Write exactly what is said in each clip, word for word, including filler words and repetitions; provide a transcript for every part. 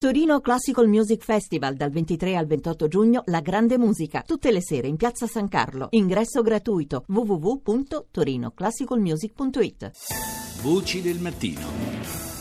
Torino Classical Music Festival dal ventitré al ventotto giugno, la grande musica, tutte le sere in Piazza San Carlo. Ingresso gratuito w w w punto torino classical music punto it. Voci del mattino.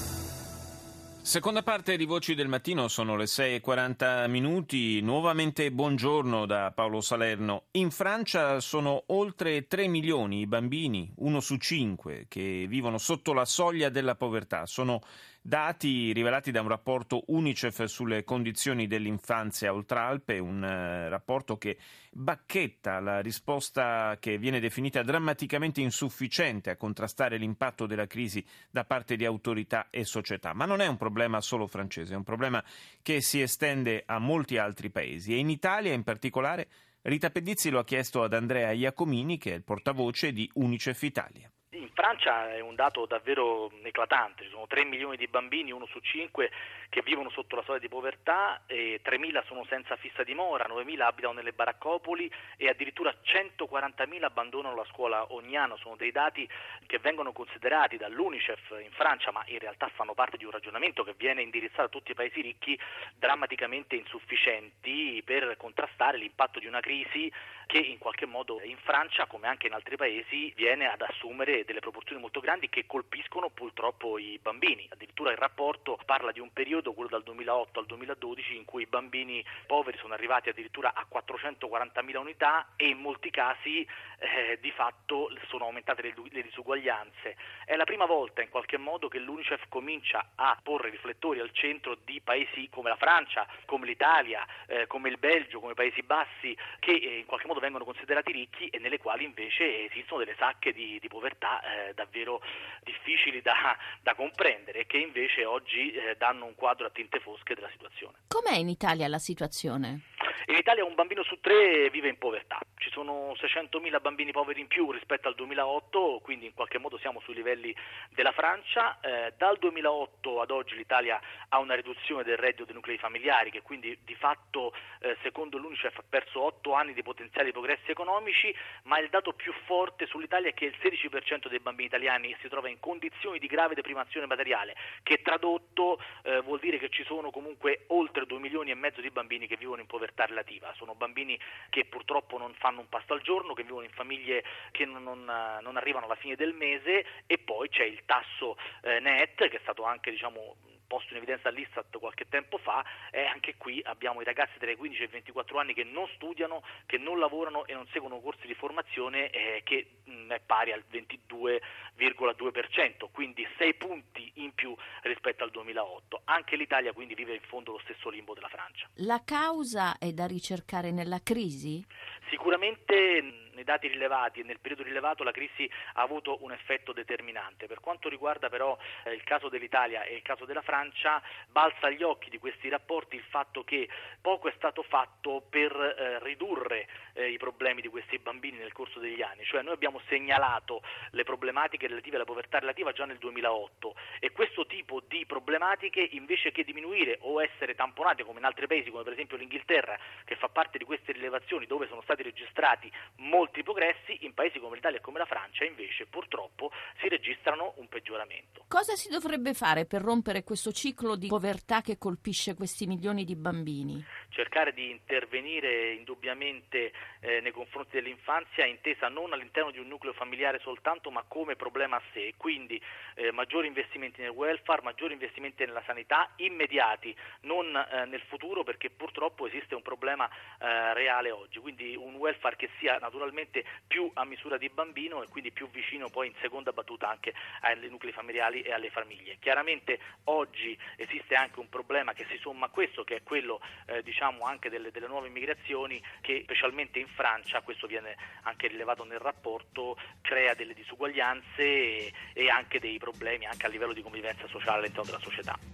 Seconda parte di Voci del Mattino, sono le sei e quaranta minuti. Nuovamente buongiorno da Paolo Salerno. In Francia sono oltre tre milioni i bambini, uno su cinque, che vivono sotto la soglia della povertà. Sono dati rivelati da un rapporto UNICEF sulle condizioni dell'infanzia Oltralpe, un uh, rapporto che bacchetta la risposta che viene definita drammaticamente insufficiente a contrastare l'impatto della crisi da parte di autorità e società. Ma non è un problema solo francese, è un problema che si estende a molti altri paesi e in Italia in particolare. Rita Pedizzi lo ha chiesto ad Andrea Iacomini, che è il portavoce di UNICEF Italia. In Francia è un dato davvero eclatante, ci sono tre milioni di bambini, uno su cinque, che vivono sotto la soglia di povertà, e tremila sono senza fissa dimora, novemila abitano nelle baraccopoli e addirittura centoquarantamila abbandonano la scuola ogni anno. Sono dei dati che vengono considerati dall'UNICEF in Francia, ma in realtà fanno parte di un ragionamento che viene indirizzato a tutti i paesi ricchi, drammaticamente insufficienti per contrastare l'impatto di una crisi che in qualche modo in Francia, come anche in altri paesi, viene ad assumere delle proporzioni molto grandi che colpiscono purtroppo i bambini. Addirittura il rapporto parla di un periodo, quello dal duemilaotto al duemiladodici, in cui i bambini poveri sono arrivati addirittura a quattrocentoquarantamila unità e in molti casi eh, di fatto sono aumentate le, le disuguaglianze. È la prima volta in qualche modo che l'UNICEF comincia a porre i riflettori al centro di paesi come la Francia, come l'Italia, eh, come il Belgio, come i Paesi Bassi, che eh, in qualche modo vengono considerati ricchi e nelle quali invece esistono delle sacche di, di povertà eh, davvero difficili da, da comprendere e che invece oggi eh, danno un quadro a tinte fosche della situazione. Com'è in Italia la situazione? In Italia un bambino su tre vive in povertà, ci sono seicentomila bambini poveri in più rispetto al duemilaotto, quindi in qualche modo siamo sui livelli della Francia. Eh, dal duemilaotto ad oggi l'Italia ha una riduzione del reddito dei nuclei familiari che quindi di fatto eh, secondo l'UNICEF ha perso otto anni di potenziali progressi economici, ma il dato più forte sull'Italia è che il sedici per cento dei bambini italiani si trova in condizioni di grave deprivazione materiale, che tradotto eh, vuol dire che ci sono comunque oltre due milioni e mezzo di bambini che vivono in povertà relativa. Sono bambini che purtroppo non fanno un pasto al giorno, che vivono in famiglie che non, non, non arrivano alla fine del mese, e poi c'è il tasso eh, net che è stato anche diciamo posto in evidenza dall'Istat qualche tempo fa, e anche qui abbiamo i ragazzi tra i quindici e i ventiquattro anni che non studiano, che non lavorano e non seguono corsi di formazione, eh, che mh, è pari al ventidue virgola due per cento, quindi sei punti in più rispetto al duemilaotto. Anche l'Italia quindi vive in fondo lo stesso limbo della Francia. La causa è da ricercare nella crisi? Sicuramente nei dati rilevati e nel periodo rilevato la crisi ha avuto un effetto determinante. Per quanto riguarda però eh, il caso dell'Italia e il caso della Francia, balza agli occhi di questi rapporti il fatto che poco è stato fatto per eh, ridurre eh, i problemi di questi bambini nel corso degli anni. Cioè noi abbiamo segnalato le problematiche relative alla povertà relativa già nel duemilaotto, e questo tipo di problematiche, invece che diminuire o essere tamponate come in altri paesi come per esempio l'Inghilterra, che fa parte di queste rilevazioni dove sono stati registrati molti progressi, in paesi come l'Italia e come la Francia invece purtroppo si registrano un peggioramento. Cosa si dovrebbe fare per rompere questo ciclo di povertà che colpisce questi milioni di bambini? Cercare di intervenire indubbiamente eh, nei confronti dell'infanzia, intesa non all'interno di un nucleo familiare soltanto, ma come problema a sé, quindi eh, maggiori investimenti nel welfare, maggiori investimenti nella sanità immediati, non eh, nel futuro, perché purtroppo esiste un problema eh, reale oggi, quindi un welfare che sia naturalmente più a misura di bambino e quindi più vicino poi in seconda battuta anche ai nuclei familiari e alle famiglie. Chiaramente oggi esiste anche un problema che si somma a questo, che è quello eh, diciamo anche delle, delle nuove immigrazioni, che specialmente in Francia, questo viene anche rilevato nel rapporto, crea delle disuguaglianze e, e anche dei problemi anche a livello di convivenza sociale all'interno della società.